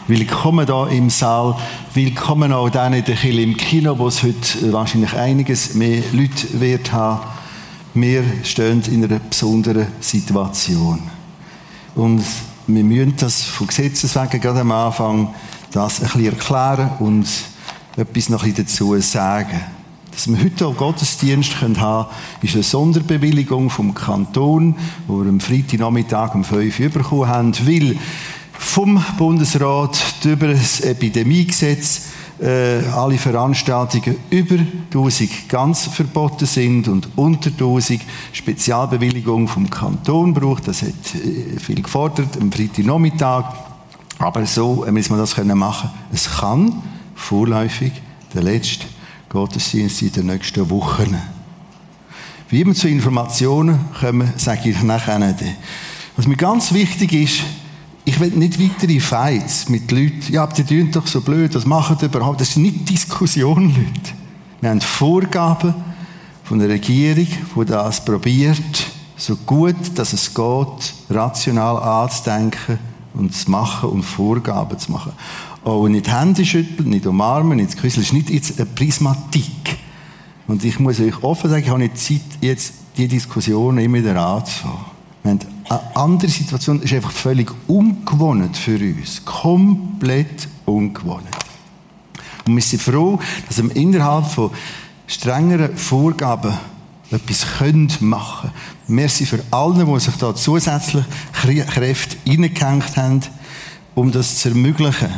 Willkommen hier im Saal. Willkommen auch denen in der Kirche im Kino, wo es heute wahrscheinlich einiges mehr Leute wird haben. Wir stehen in einer besonderen Situation. Und wir müssen das von Gesetzes wegen gerade am Anfang das ein bisschen erklären und etwas noch ein bisschen dazu sagen. Dass wir heute auch Gottesdienst haben können, ist eine Sonderbewilligung vom Kanton, die wir am Freitagnachmittag um 5 Uhr bekommen haben, weil vom Bundesrat über das Epidemiegesetz alle Veranstaltungen über 1000 ganz verboten sind und unter 1000 Spezialbewilligung vom Kanton braucht. Das hat viel gefordert am Freitagnachmittag. Aber so müssen wir das machen können. Es kann vorläufig der letzte Gottesdienst in den nächsten Wochen. Wie immer zu Informationen kommen, sage ich nachher. Was mir ganz wichtig ist, ich will nicht weitere Fights mit Leuten. Ja, aber die tun doch so blöd, was machen die überhaupt? Das ist nicht Diskussion, Leute. Wir haben Vorgaben von der Regierung, die das probiert, so gut, dass es geht, rational anzudenken und zu machen und Vorgaben zu machen. Auch nicht Hände schütteln, nicht umarmen, nicht küsseln. Das ist nicht jetzt eine Prismatik. Und ich muss euch offen sagen, ich habe nicht Zeit, jetzt die Diskussion immer wieder anzufangen. Wir haben eine andere Situation, ist einfach völlig ungewohnt für uns. Komplett ungewohnt. Und wir sind froh, dass wir innerhalb von strengeren Vorgaben etwas machen können. Merci für alle, die sich da zusätzlich Kräfte reingehängt haben, um das zu ermöglichen.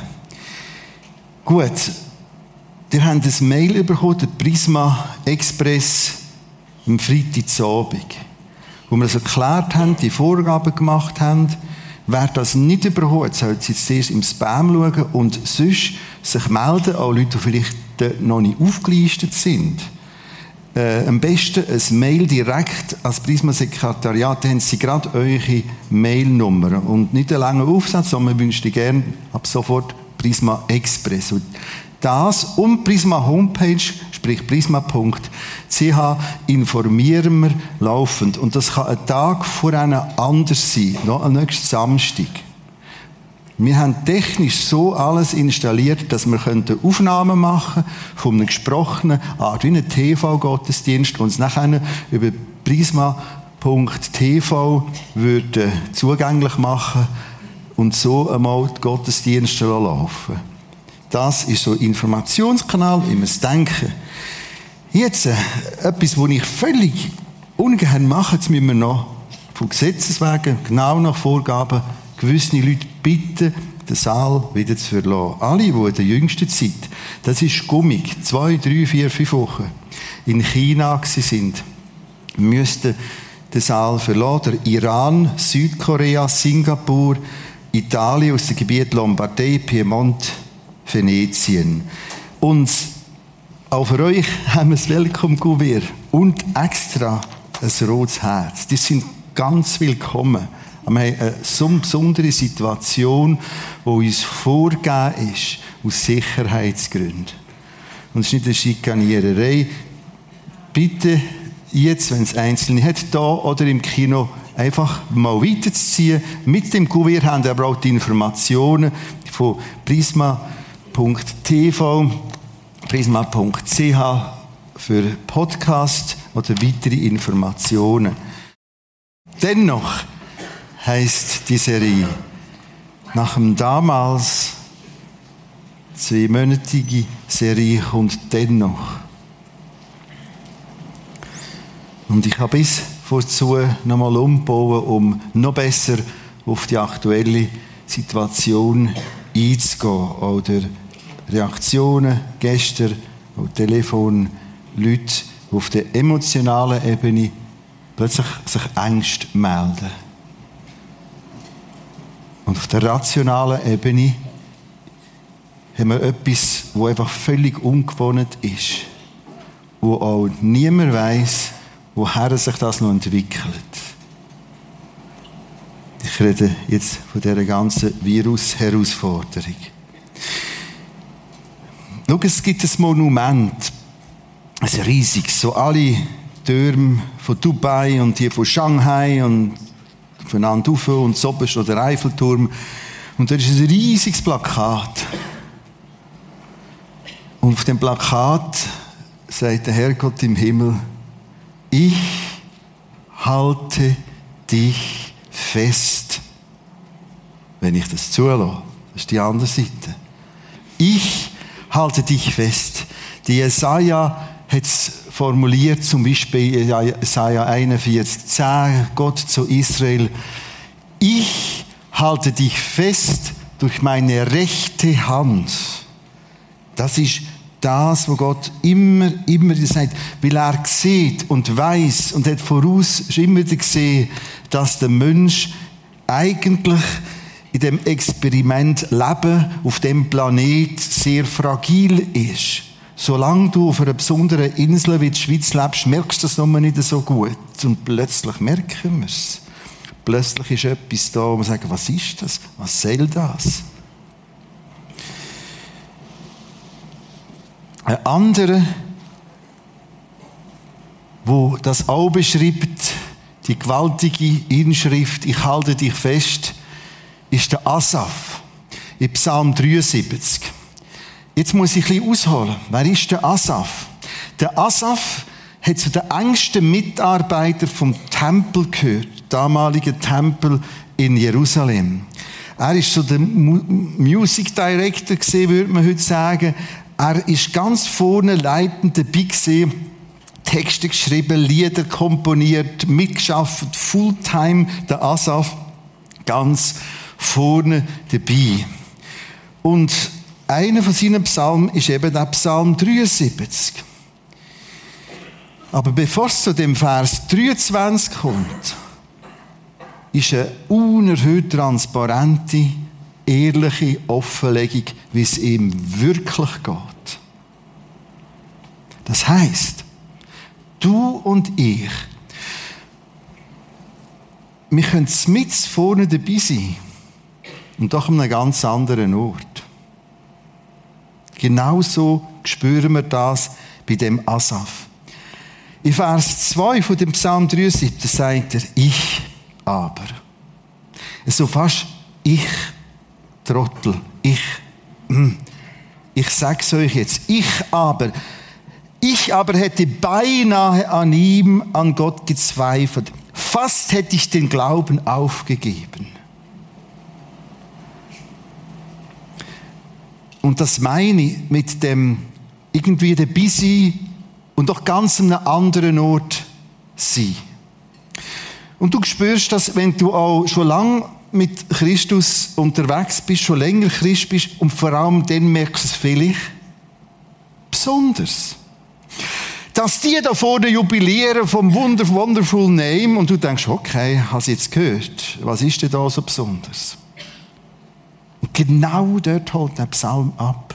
Gut, ihr habt ein Mail bekommen, der Prisma Express, am Freitagabend, wo wir das erklärt haben, die Vorgaben gemacht haben. Wer das nicht bekommen hat, sollte jetzt zuerst im Spam schauen und sonst sich melden, auch Leute, die vielleicht noch nicht aufgelistet sind. Am besten ein Mail direkt als Prisma-Sekretariat, dann haben Sie gerade eure Mailnummer. Und nicht einen langen Aufsatz, sondern wir wünschen gerne ab sofort Prisma Express. Und das und Prisma Homepage, sprich prisma.ch, informieren wir laufend. Und das kann ein Tag voreinander anders sein, noch am nächsten Samstag. Wir haben technisch so alles installiert, dass wir Aufnahmen machen von einem gesprochenen Art, wie einem TV-Gottesdienst und es nachher über prisma.tv zugänglich machen und so einmal die Gottesdienste laufen. Das ist so ein Informationskanal, wie wir es denken. Jetzt, etwas, was ich völlig ungern mache, jetzt müssen wir noch von Gesetzes wegen, genau nach Vorgaben, gewisse Leute bitten, den Saal wieder zu verlassen. Alle, die in der jüngsten Zeit, das ist gummig, 2, 3, 4, 5 Wochen, in China sind, müssten den Saal verlassen. Der Iran, Südkorea, Singapur, Italien aus dem Gebiet Lombardei, Piemont, Venetien. Und auch für euch haben wir das Welcome-Kuvert und extra ein rotes Herz. Die sind ganz willkommen. Wir haben eine so besondere Situation, die uns vorgegeben ist, aus Sicherheitsgründen. Und es ist nicht eine Schikaniererei. Bitte jetzt, wenn es Einzelne hat, da oder im Kino, einfach mal weiterzuziehen. Mit dem Kuvert haben wir aber auch die Informationen von prisma.tv, prisma.ch für Podcast oder weitere Informationen. Dennoch heisst die Serie nach dem damals 2-monatige Serie kommt dennoch. Und ich habe bis vorzu nochmal umgebaut, um noch besser auf die aktuelle Situation einzugehen. Oder Reaktionen, gestern, auch Telefon, Leute, die auf der emotionalen Ebene plötzlich sich Ängste melden. Und auf der rationalen Ebene haben wir etwas, das einfach völlig ungewohnt ist. Wo auch niemand weiss, woher sich das noch entwickelt. Ich rede jetzt von dieser ganzen Virus-Herausforderung. Schau, es gibt ein Monument, ein riesiges, so alle Türme von Dubai und die von Shanghai und voneinander rauf und so ist noch der Eiffelturm. Und da ist ein riesiges Plakat. Und auf dem Plakat sagt der Herrgott im Himmel, ich halte dich fest, wenn ich das zulasse. Das ist die andere Seite. Ich halte dich fest. Die Jesaja hat es formuliert, zum Beispiel Jesaja 41, 10, Gott zu Israel, ich halte dich fest durch meine rechte Hand. Das ist das, was Gott immer sagt, weil er sieht und weiß und hat voraus schon immer gesehen, dass der Mensch eigentlich in dem Experiment Leben auf dem Planet sehr fragil ist. Solange du auf einer besonderen Insel wie die Schweiz lebst, merkst du das noch nicht so gut. Und plötzlich merken wir es. Plötzlich ist etwas da, wo wir sagen, was ist das? Was soll das? Ein anderer, wo das auch beschreibt, die gewaltige Inschrift, ich halte dich fest, ist der Asaf in Psalm 73. Jetzt muss ich ein bisschen ausholen. Wer ist der Asaf? Der Asaf hat zu den engsten Mitarbeitern vom Tempel gehört, damaligen Tempel in Jerusalem. Er ist so der Music Director gewesen, würde man heute sagen. Er ist ganz vorne leitend dabei gewesen, Texte geschrieben, Lieder komponiert, mitgeschafft, Fulltime, der Asaf, ganz vorne dabei. Und einer von seinen Psalmen ist eben der Psalm 73. Aber bevor es zu dem Vers 23 kommt, ist eine unerhört transparente, ehrliche Offenlegung, wie es ihm wirklich geht. Das heisst, du und ich, wir können mit vorne dabei sein und doch an einem ganz anderen Ort. Genauso spüren wir das bei dem Asaf. In Vers 2 von dem Psalm 73 sagt er, ich aber. So fast ich, Trottel, ich sag's euch jetzt, ich aber hätte beinahe an ihm, an Gott gezweifelt. Fast hätte ich den Glauben aufgegeben. Und das meine ich mit dem irgendwie dabei sein und doch ganz an einem anderen Ort sein. Und du spürst das, wenn du auch schon lange mit Christus unterwegs bist, schon länger Christ bist und vor allem dann merkst du es vielleicht besonders. Dass die da vorne jubilieren vom Wonderful Name und du denkst, okay, hast du jetzt gehört, was ist denn da so besonders? Und genau dort holt der Psalm ab.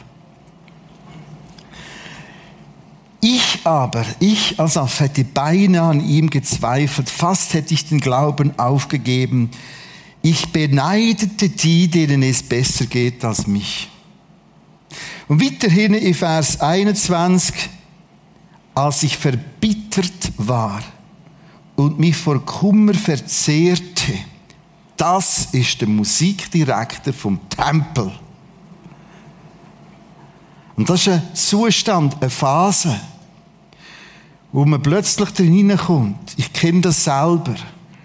Ich Asaf hätte beinahe an ihm gezweifelt, fast hätte ich den Glauben aufgegeben. Ich beneidete die, denen es besser geht als mich. Und weiterhin in Vers 21, als ich verbittert war und mich vor Kummer verzehrte, das ist der Musikdirektor vom Tempel. Und das ist ein Zustand, eine Phase, wo man plötzlich drin hineinkommt. Ich kenne das selber.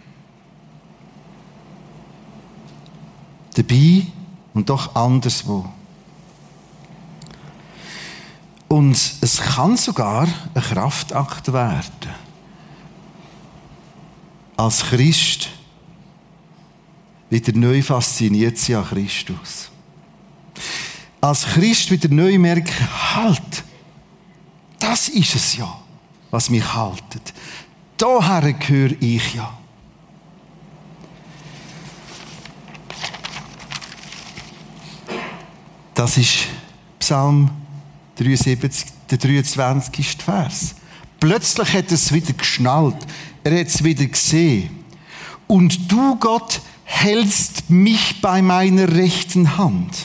Dabei und doch anderswo. Und es kann sogar ein Kraftakt werden. Als Christ wieder neu fasziniert sein an Christus. Als Christ wieder neu merken, halt, das ist es ja, was mich haltet. Daher gehöre ich ja. Das ist Psalm 73, der 23. Vers. Plötzlich hat er es wieder geschnallt. Er hat es wieder gesehen. Und du, Gott, hältst mich bei meiner rechten Hand.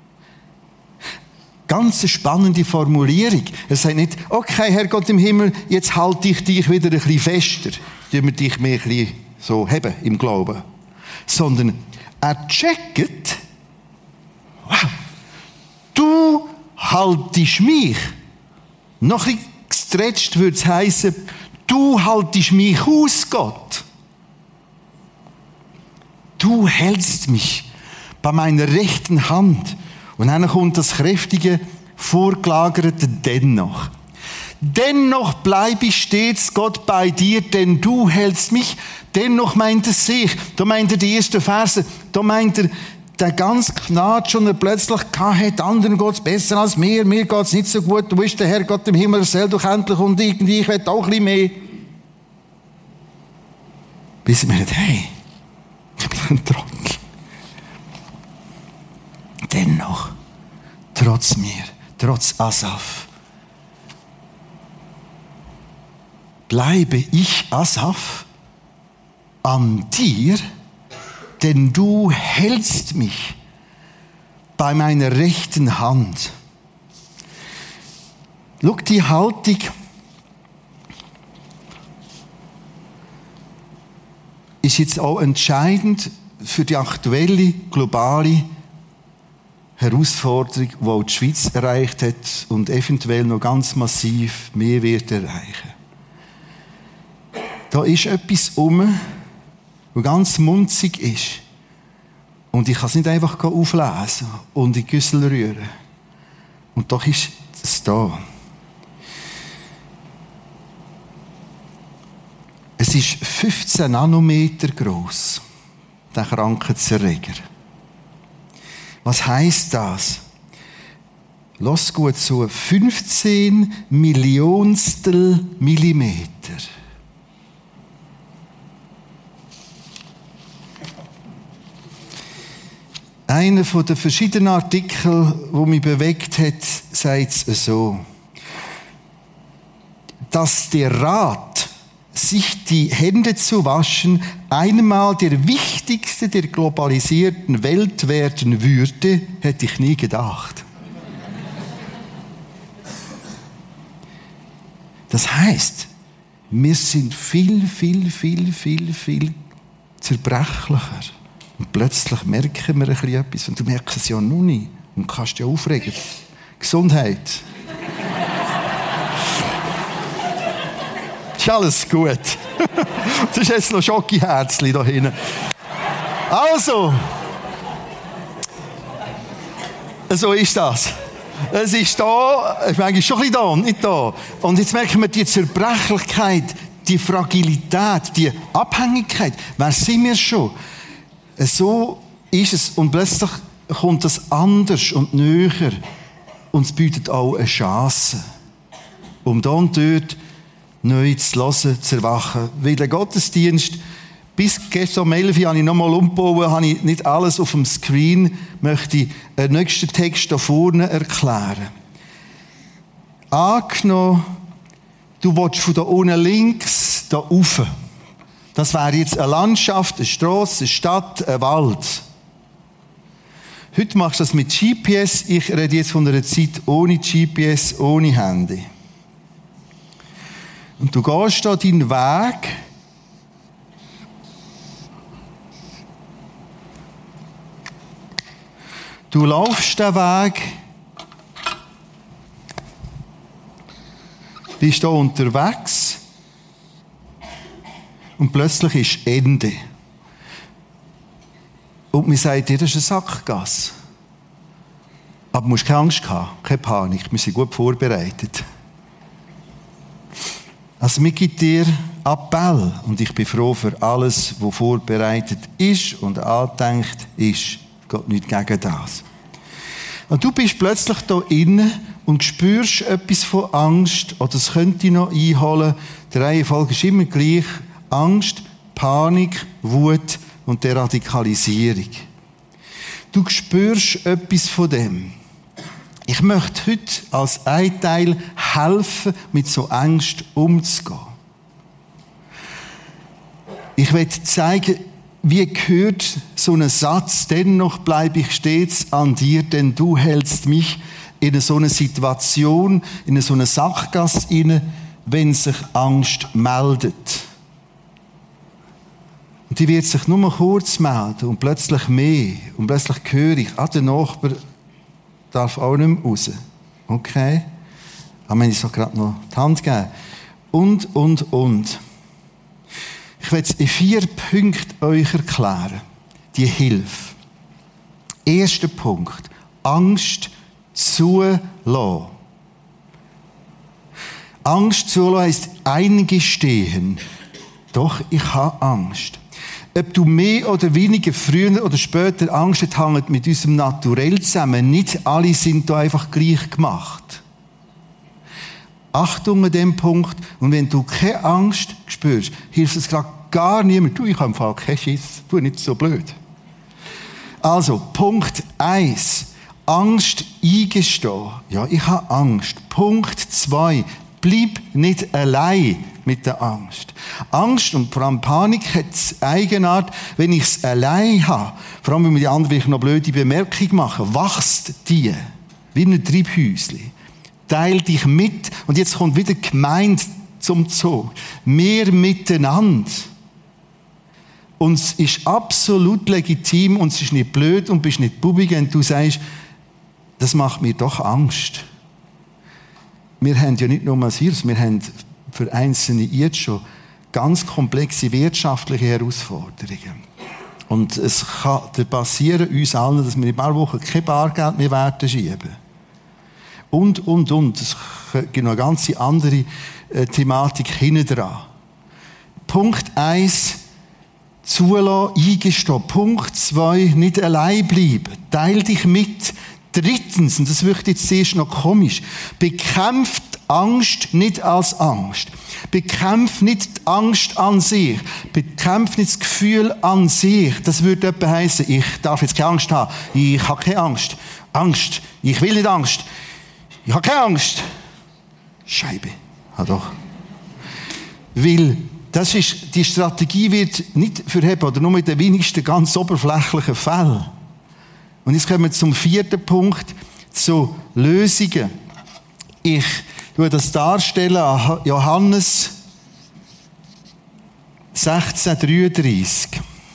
Ganz eine spannende Formulierung. Er sagt nicht, okay, Herr Gott im Himmel, jetzt halte ich dich wieder ein bisschen fester. Tun wir dich mehr ein bisschen so haben im Glauben. Sondern er checkt, Wow. Du haltest mich. Noch ein bisschen gestretcht würde es heissen, du haltest mich aus, Gott. Du hältst mich bei meiner rechten Hand. Und dann kommt das kräftige, vorgelagerte Dennoch. Dennoch bleibe ich stets, Gott, bei dir, denn du hältst mich. Dennoch meint er sich. Da meint er die ersten Verse. Da meint er, der ganz Gnade schon er plötzlich hat, anderen geht's besser als mir geht's nicht so gut, du bist der Herr Gott im Himmel, erzähl doch endlich und irgendwie, ich will auch ein bisschen mehr. Bis ich mir dachte, hey, ich bin ein Trottel. Dennoch, trotz mir, trotz Asaf, bleibe ich, Asaf, an dir, denn du hältst mich bei meiner rechten Hand. Schau, die Haltung ist jetzt auch entscheidend für die aktuelle globale Herausforderung, die auch die Schweiz erreicht hat und eventuell noch ganz massiv mehr wird erreichen. Da ist etwas was ganz munzig ist. Und ich kann es nicht einfach auflesen und in die Güssel rühren. Und doch ist es da. Es ist 15 Nanometer gross, der Krankheitserreger. Was heisst das? Lass gut zu, 15 Millionstel Millimeter. Einer von den verschiedenen Artikeln, die mich bewegt hat, sagt es so. Dass der Rat, sich die Hände zu waschen, einmal der wichtigste der globalisierten Welt werden würde, hätte ich nie gedacht. Das heisst, wir sind viel zerbrechlicher. Und plötzlich merken wir ein bisschen etwas. Und du merkst es ja noch nicht. Und kannst dich aufregen. Gesundheit. Ist alles gut. Das ist jetzt noch Schokiherzli da hinten. Also. So ist das. Es ist da, ich meine, es ist schon ein bisschen da und nicht da. Und jetzt merken wir die Zerbrechlichkeit, die Fragilität, die Abhängigkeit. Wer sind wir schon? So ist es. Und plötzlich kommt das anders und näher. Und es bietet auch eine Chance, um da und dort neu zu hören, zu erwachen. Weil der Gottesdienst, bis gestern um 11 Uhr habe ich nochmal umgebaut, habe ich nicht alles auf dem Screen, möchte ich den nächsten Text da vorne erklären. Angenommen, du willst von da unten links da rauf. Das wäre jetzt eine Landschaft, eine Strasse, eine Stadt, ein Wald. Heute machst du das mit GPS. Ich rede jetzt von einer Zeit ohne GPS, ohne Handy. Und du gehst da deinen Weg. Du laufst den Weg. Bist da unterwegs. Und plötzlich ist Ende. Und man sagt dir, das ist eine Sackgasse. Aber du musst keine Angst haben, keine Panik. Wir sind gut vorbereitet. Also mir gibt dir Appell. Und ich bin froh für alles, was vorbereitet ist und angedenkt ist. Geht nicht gegen das. Und du bist plötzlich da innen und spürst etwas von Angst. Oder es könnte dich noch einholen. Die Reihenfolge ist immer gleich. Angst, Panik, Wut und der Radikalisierung. Du spürst etwas von dem. Ich möchte heute als ein Teil helfen, mit so Angst umzugehen. Ich werde zeigen, wie gehört so ein Satz, dennoch bleibe ich stets an dir, denn du hältst mich in so eine Situation, in so eine Sackgasse hinein, wenn sich Angst meldet. Und die wird sich nur mal kurz melden und plötzlich mehr. Und plötzlich höre ich, der Nachbar darf auch nicht mehr raus. Okay? Aber wenn ich so gerade noch die Hand geben. Und. Ich will es in 4 Punkten euch erklären. Die Hilfe. Erster Punkt. Angst zulassen. Angst zulassen heisst eingestehen. Doch, ich habe Angst. Ob du mehr oder weniger früher oder später Angst hast, hängt mit unserem Naturell zusammen. Nicht alle sind da einfach gleich gemacht. Achtung an dem Punkt. Und wenn du keine Angst spürst, hilft es gerade gar niemand. Du, ich habe im Fall keinen Schiss. Tu nicht so blöd. Also, Punkt 1. Angst eingestehen. Ja, ich habe Angst. Punkt 2. Bleib nicht allein mit der Angst. Angst und vor allem Panik hat die Eigenart, wenn ich es allein habe, vor allem wenn wir die anderen noch blöde Bemerkung machen, wächst die, wie in einem Treibhäuschen. Teil dich mit. Und jetzt kommt wieder die Gemeinde zum Zug. Wir miteinander. Und es ist absolut legitim und es ist nicht blöd und bist nicht bubig, wenn du sagst, das macht mir doch Angst. Wir haben ja nicht nur mal Virus, wir haben für Einzelne jetzt schon ganz komplexe wirtschaftliche Herausforderungen. Und es kann passieren uns allen, dass wir in ein paar Wochen kein Bargeld mehr werden schieben. Und. Es gibt noch eine ganz andere Thematik hinten dran. Punkt 1, zulassen, eingestehen. Punkt 2, nicht allein bleiben. Teil dich mit. 3, und das wird jetzt zuerst noch komisch, bekämpft Angst nicht als Angst. Bekämpft nicht die Angst an sich. Bekämpft nicht das Gefühl an sich. Das würde etwa heissen, ich darf jetzt keine Angst haben. Ich habe keine Angst. Angst. Ich will nicht Angst. Ich habe keine Angst. Scheibe. Ja doch. Weil das ist, die Strategie wird nicht verheben, oder nur in den wenigsten ganz oberflächlichen Fällen. Und jetzt kommen wir zum 4. Punkt, zu Lösungen. Ich tue das darstellen an Johannes 16,33.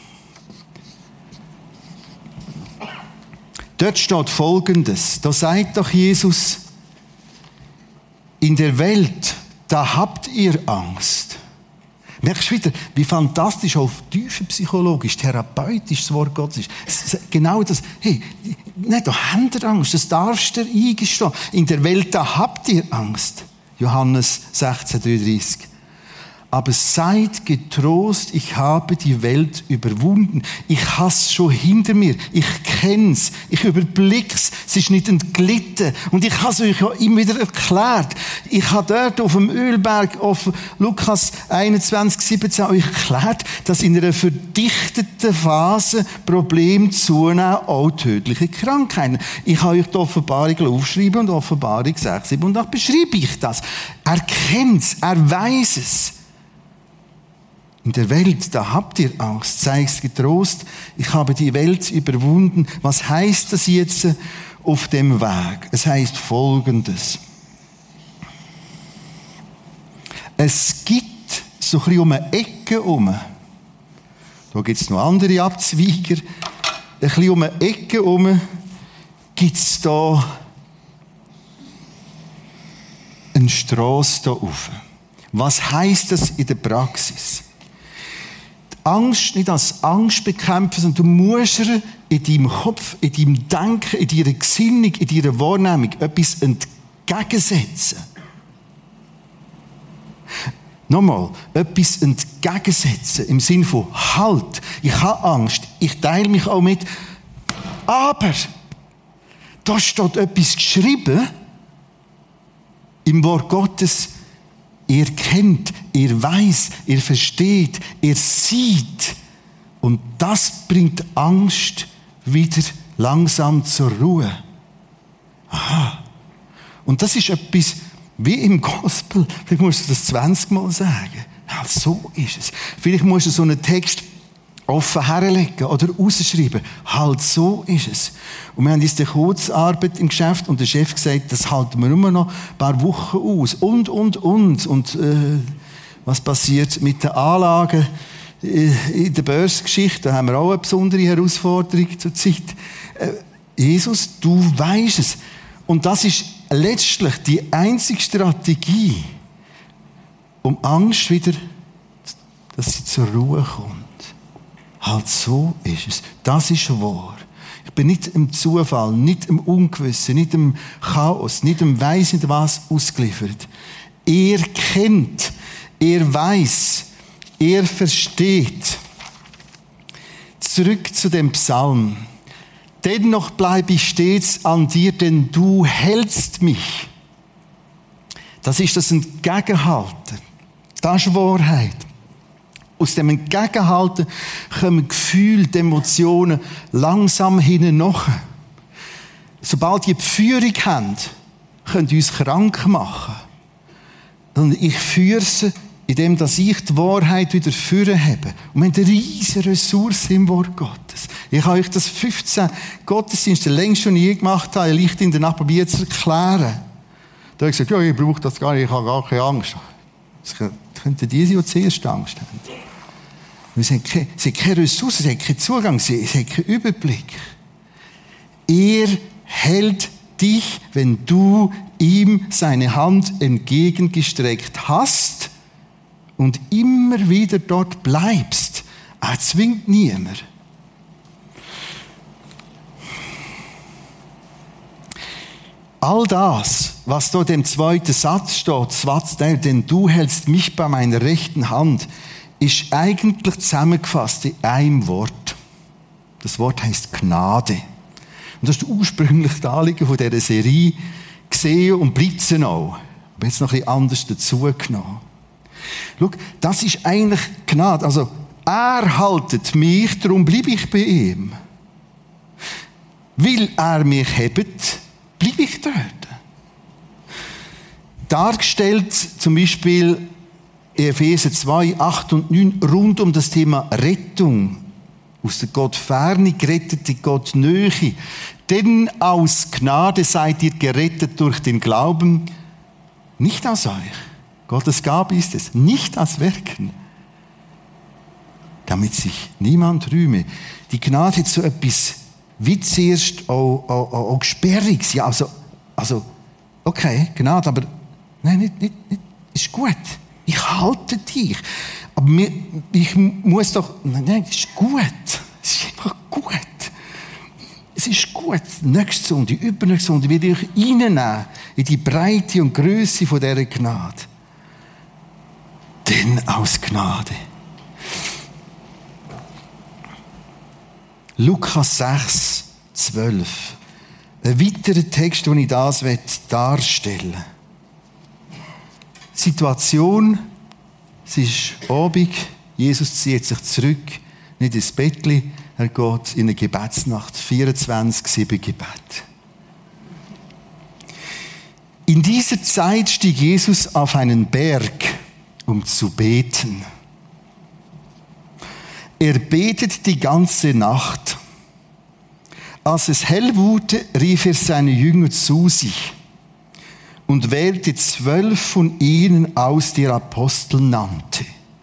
Dort steht Folgendes. Da sagt doch Jesus, in der Welt, da habt ihr Angst. Merkst du wieder, wie fantastisch auch tiefenpsychologisch, therapeutisch das Wort Gottes ist. Genau das. Hey, nein, da habt ihr Angst, das darfst du eingestehen. In der Welt, da habt ihr Angst. Johannes 16,33. Aber seid getrost, ich habe die Welt überwunden. Ich habe es schon hinter mir. Ich kenn's. Ich überblick's. Es ist nicht entglitten. Und ich habe es euch ja immer wieder erklärt. Ich habe dort auf dem Ölberg, auf Lukas 21,17 euch erklärt, dass in einer verdichteten Phase Probleme zunehmen, auch tödliche Krankheiten. Ich habe euch die Offenbarung aufschreiben und Offenbarung 6, 7 und 8 beschreibe ich das. Er kennt's. Er weiß es. In der Welt, da habt ihr Angst. Seid getrost, ich habe die Welt überwunden. Was heißt das jetzt auf dem Weg? Es heißt Folgendes. Es gibt so ein bisschen um eine Ecke herum, da gibt es noch andere Abzweiger, ein bisschen um eine Ecke herum gibt es da eine Strasse da rauf. Was heisst das in der Praxis? Angst nicht als Angst bekämpfen, sondern du musst ihr in deinem Kopf, in deinem Denken, in deiner Gesinnung, in deiner Wahrnehmung etwas entgegensetzen. Nochmal, etwas entgegensetzen im Sinn von Halt, ich habe Angst, ich teile mich auch mit, aber da steht etwas geschrieben im Wort Gottes. Ihr kennt, ihr weiß, ihr versteht, ihr sieht. Und das bringt Angst wieder langsam zur Ruhe. Aha. Und das ist etwas wie im Gospel. Vielleicht musst du das 20 Mal sagen. Ja, so ist es. Vielleicht musst du so einen Text offen herlegen oder rausschreiben. Halt, so ist es. Und wir haben jetzt eine Kurzarbeit im Geschäft und der Chef gesagt, das halten wir nur noch ein paar Wochen aus. Und. Und was passiert mit den Anlagen in der Börsengeschichte? Da haben wir auch eine besondere Herausforderung zur Zeit. Jesus, du weisst es. Und das ist letztlich die einzige Strategie, um Angst wieder, dass sie zur Ruhe kommt. Halt so ist es. Das ist wahr. Ich bin nicht im Zufall, nicht im Ungewissen, nicht im Chaos, nicht im Weiss nicht was ausgeliefert. Er kennt, er weiß, er versteht. Zurück zu dem Psalm. Dennoch bleibe ich stets an dir, denn du hältst mich. Das ist das Entgegenhalten. Das ist Wahrheit. Aus dem Entgegenhalten kommen Gefühle, die Emotionen langsam hineinach. Sobald die Führung haben, können die uns krank machen. Und ich führe sie, indem ich die Wahrheit wieder führen habe. Und wir haben eine riesige Ressource im Wort Gottes. Ich habe euch das 15 Gottesdienste längst schon je gemacht, leicht in der Nacht probiert zu erklären. Da habe ich gesagt, ja, ich brauche das gar nicht, ich habe gar keine Angst. Das könnten die sein, die zuerst Angst haben. Sie haben keine Ressourcen, sie haben keinen Zugang, sie haben keinen Überblick. Er hält dich, wenn du ihm seine Hand entgegengestreckt hast und immer wieder dort bleibst. Er zwingt niemand. All das, was dort im zweiten Satz steht, denn du hältst mich bei meiner rechten Hand, ist eigentlich zusammengefasst in einem Wort. Das Wort heisst Gnade. Und das ist ursprünglich das Anliegen von dieser Serie gesehen und bleibt es auch. Aber jetzt noch ein bisschen anders dazu genommen. Schau, das ist eigentlich Gnade. Also, er haltet mich, darum bleibe ich bei ihm. Weil er mich hebt, bleibe ich dort. Dargestellt zum Beispiel in Epheser 2, 8 und 9 rund um das Thema Rettung. Aus der Gottferne gerettet, die Gottnähe. Denn aus Gnade seid ihr gerettet durch den Glauben, nicht aus euch. Gottes Gabe ist es, nicht aus Werken. Damit sich niemand rühme. Die Gnade hat so etwas wie zuerst auch Sperriges. Ja, also, okay, Gnade, aber nein, nicht, ist gut. Ich halte dich. Aber ich muss doch, nein, es ist gut. Es ist einfach gut. Es ist gut. Nächste Sonde, übernächste Sonde werde ich euch reinnehmen in die Breite und Größe von dieser Gnade. Denn aus Gnade. Lukas 6, 12. Ein weiterer Text, den ich das darstellen will. Situation, es ist Abend, Jesus zieht sich zurück, nicht ins Bettli, er geht in eine Gebetsnacht, 24/7 Gebet. In dieser Zeit stieg Jesus auf einen Berg, um zu beten. Er betet die ganze Nacht. Als es hell wurde, rief er seine Jünger zu sich und wählte 12 von ihnen aus, die er Apostel nannte.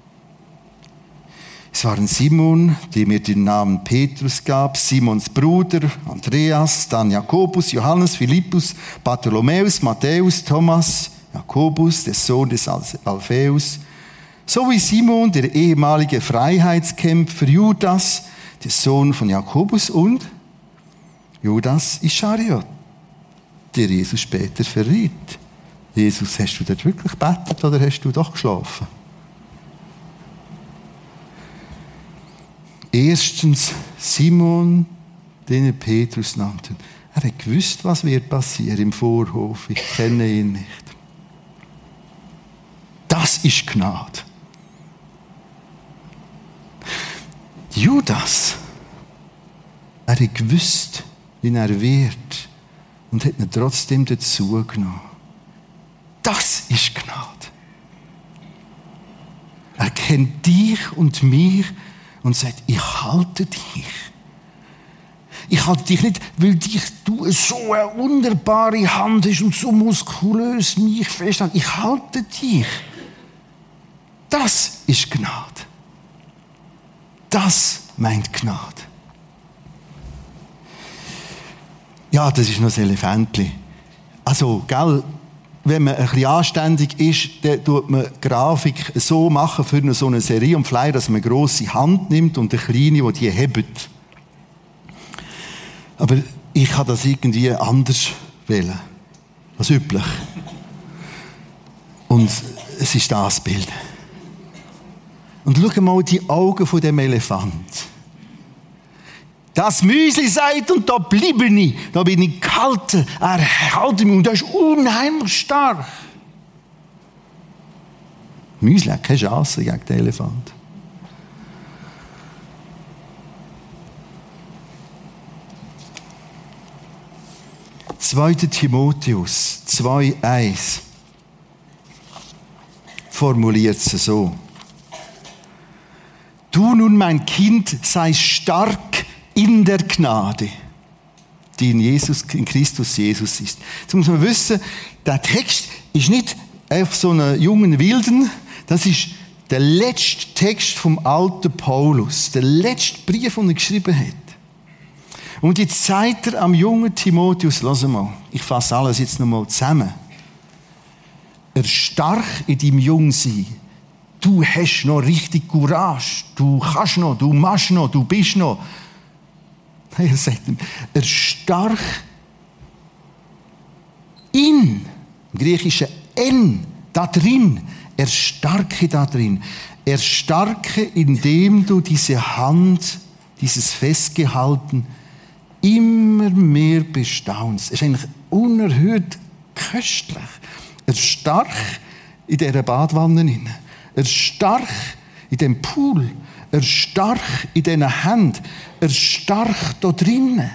Es waren Simon, dem er den Namen Petrus gab, Simons Bruder, Andreas, dann Jakobus, Johannes, Philippus, Bartholomäus, Matthäus, Thomas, Jakobus, der Sohn des Alphaeus, sowie Simon, der ehemalige Freiheitskämpfer, Judas, der Sohn von Jakobus und Judas Ischariot, der Jesus später verriet. Jesus, hast du dort wirklich gebetet oder hast du doch geschlafen? Erstens Simon, den er Petrus nannte. Er hat gewusst, was wird passieren im Vorhof. Ich kenne ihn nicht. Das ist Gnade. Judas, er hat gewusst, wie er wird und hat ihn trotzdem dazu genommen. Das ist Gnade. Er kennt dich und mich und sagt, ich halte dich. Ich halte dich nicht, weil du so eine wunderbare Hand hast und so muskulös mich festhältst. Ich halte dich. Das ist Gnade. Das meint Gnade. Ja, das ist noch das Elefantli. Also, gell, wenn man ein bisschen anständig ist, dann tut man Grafik so machen für so eine Serie und Flyer, dass man eine grosse Hand nimmt und eine kleine, die hebt. Aber ich kann das irgendwie anders wählen als üblich. Und es ist das Bild. Und schau mal die Augen von dem Elefant. Das Müsli sagt, und da bleibe ich. Da bin ich gehalten. Er hält mich und das ist unheimlich stark. Müsli hat keine Chance gegen den Elefant. Zweiter Timotheus 2,1 formuliert es so. Du nun, mein Kind, sei stark in der Gnade, die in Christus Jesus ist. Jetzt muss man wissen, der Text ist nicht auf so einer jungen Wilden, das ist der letzte Text vom alten Paulus, der letzte Brief, den er geschrieben hat. Und jetzt sagt er am jungen Timotheus, lass mal, ich fasse alles jetzt nochmal zusammen. Erstark in deinem Jungsein. Du hast noch richtig Courage. Du kannst noch, du machst noch, du bist noch. Nein, er sagt ihm, erstark im Griechischen en, da drin. Erstarke da drin. Erstarke, indem du diese Hand, dieses Festgehalten, immer mehr bestaunst. Es ist eigentlich unerhört köstlich. Erstark in dieser Badwanne. Erstark in dem Pool. Erstark in diesen Händen. Erstark da drinnen.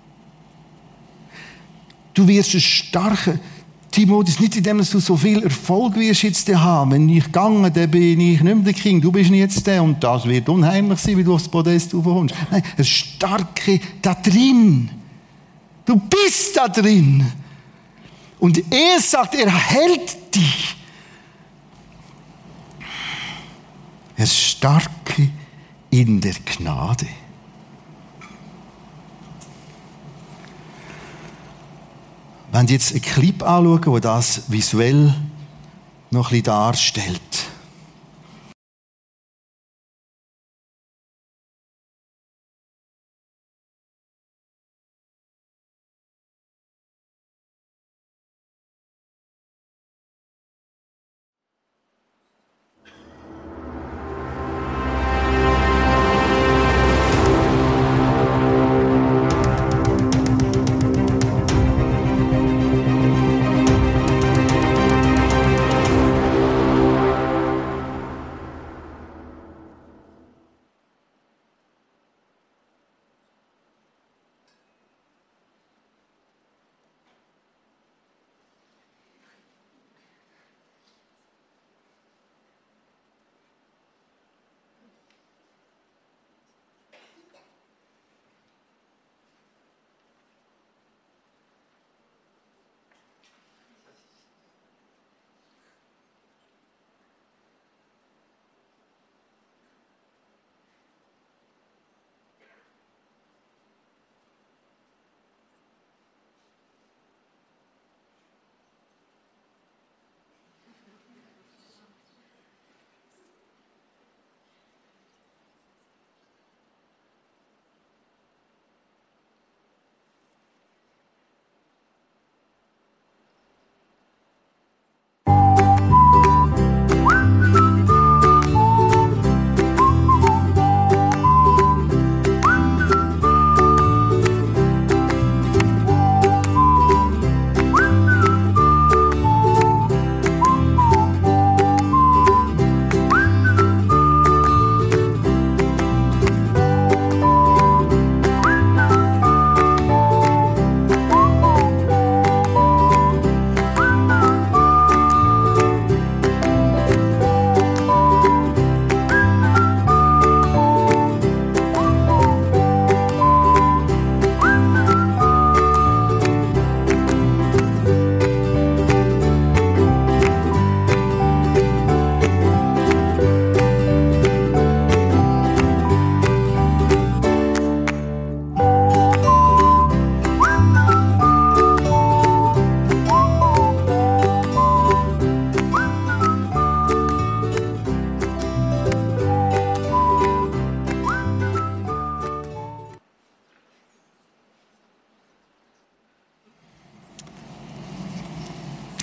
Du wirst ein starker Timotheus, nicht indem du so viel Erfolg wirst jetzt haben. Wenn ich gehe, dann bin ich nicht mehr der King. Du bist jetzt der und das wird unheimlich sein, wie du aufs Podest raufkommst. Nein, ein Starke da drin. Du bist da drin. Und er sagt, er hält dich. Er ist Starke in der Gnade. Wenn Sie jetzt einen Clip anschauen, der das visuell noch ein bisschen darstellt.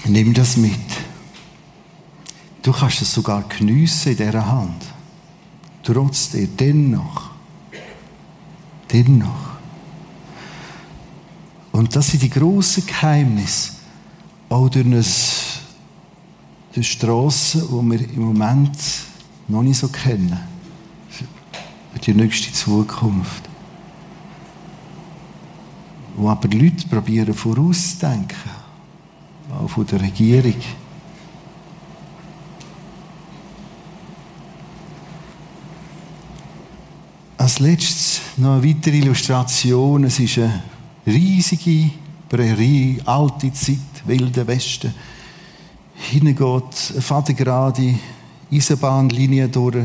Nimm das mit. Du kannst es sogar geniessen in dieser Hand. Trotzdem, dennoch. Und das sind die grossen Geheimnisse, auch durch die Strassen, die wir im Moment noch nicht so kennen. Für die nächste Zukunft. Wo aber die Leute probieren vorauszudenken. Auch von der Regierung. Als letztes noch eine weitere Illustration. Es ist eine riesige Prärie, alte Zeit, wilde Westen. Hinten geht eine fadengerade Eisenbahnlinie durch.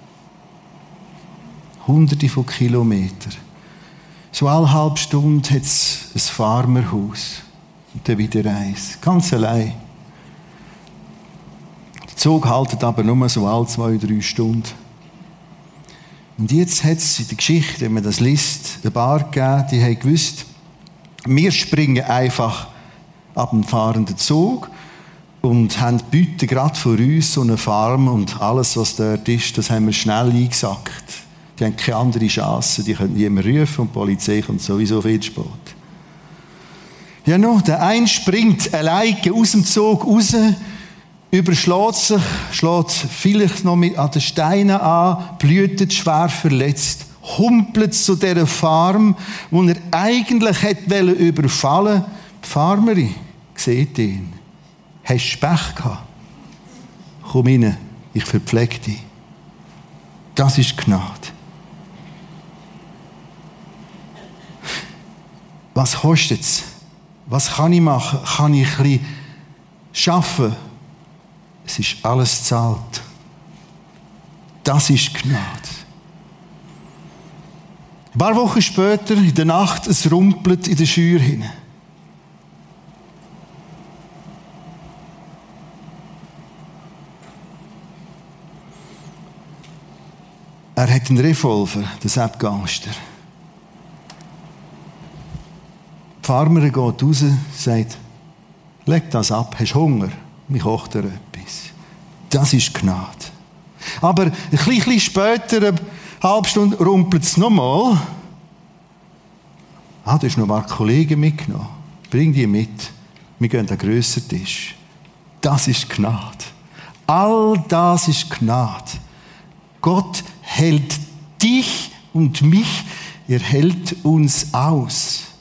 Hunderte von Kilometern. So alle halbe Stunde hat es ein Farmerhaus. Und dann wieder eins. Ganz allein. Der Zug haltet aber nur so alle 2-3 Stunden. Und jetzt hat es in der Geschichte, wenn man das liest, eine Bar gegeben, die haben gewusst, wir springen einfach ab dem fahrenden Zug und haben die Beute gerade vor uns, so eine Farm und alles, was dort ist, das haben wir schnell eingesackt. Die haben keine andere Chance, die können niemand rufen und die Polizei kommt sowieso viel zu spät. Ja, noch, der eine springt alleine aus dem Zug raus, überschlägt sich, schlägt vielleicht noch an den Steinen an, blutet schwer verletzt, humpelt zu dieser Farm, wo er eigentlich hätte überfallen wollte. Die Farmerin sieht ihn. Hast du Pech gehabt? Komm rein, ich verpflege dich. Das ist Gnade. Was kostet es? Was kann ich machen? Kann ich ein bisschen arbeiten? Es ist alles gezahlt. Das ist Gnade. Ein paar Wochen später, in der Nacht, es rumpelt in der Scheuer hinein. Er hat einen Revolver, der Sepp Gangster. Die Farmerin geht raus, sagt, leg das ab, hast Hunger? Ich koche dir etwas. Das ist Gnade. Aber ein bisschen später, eine halbe Stunde, rumpelt es nochmal. Du hast noch ein paar Kollegen mitgenommen. Bring die mit. Wir gehen an den grösseren Tisch. Das ist Gnade. All das ist Gnade. Gott hält dich und mich, er hält uns aus.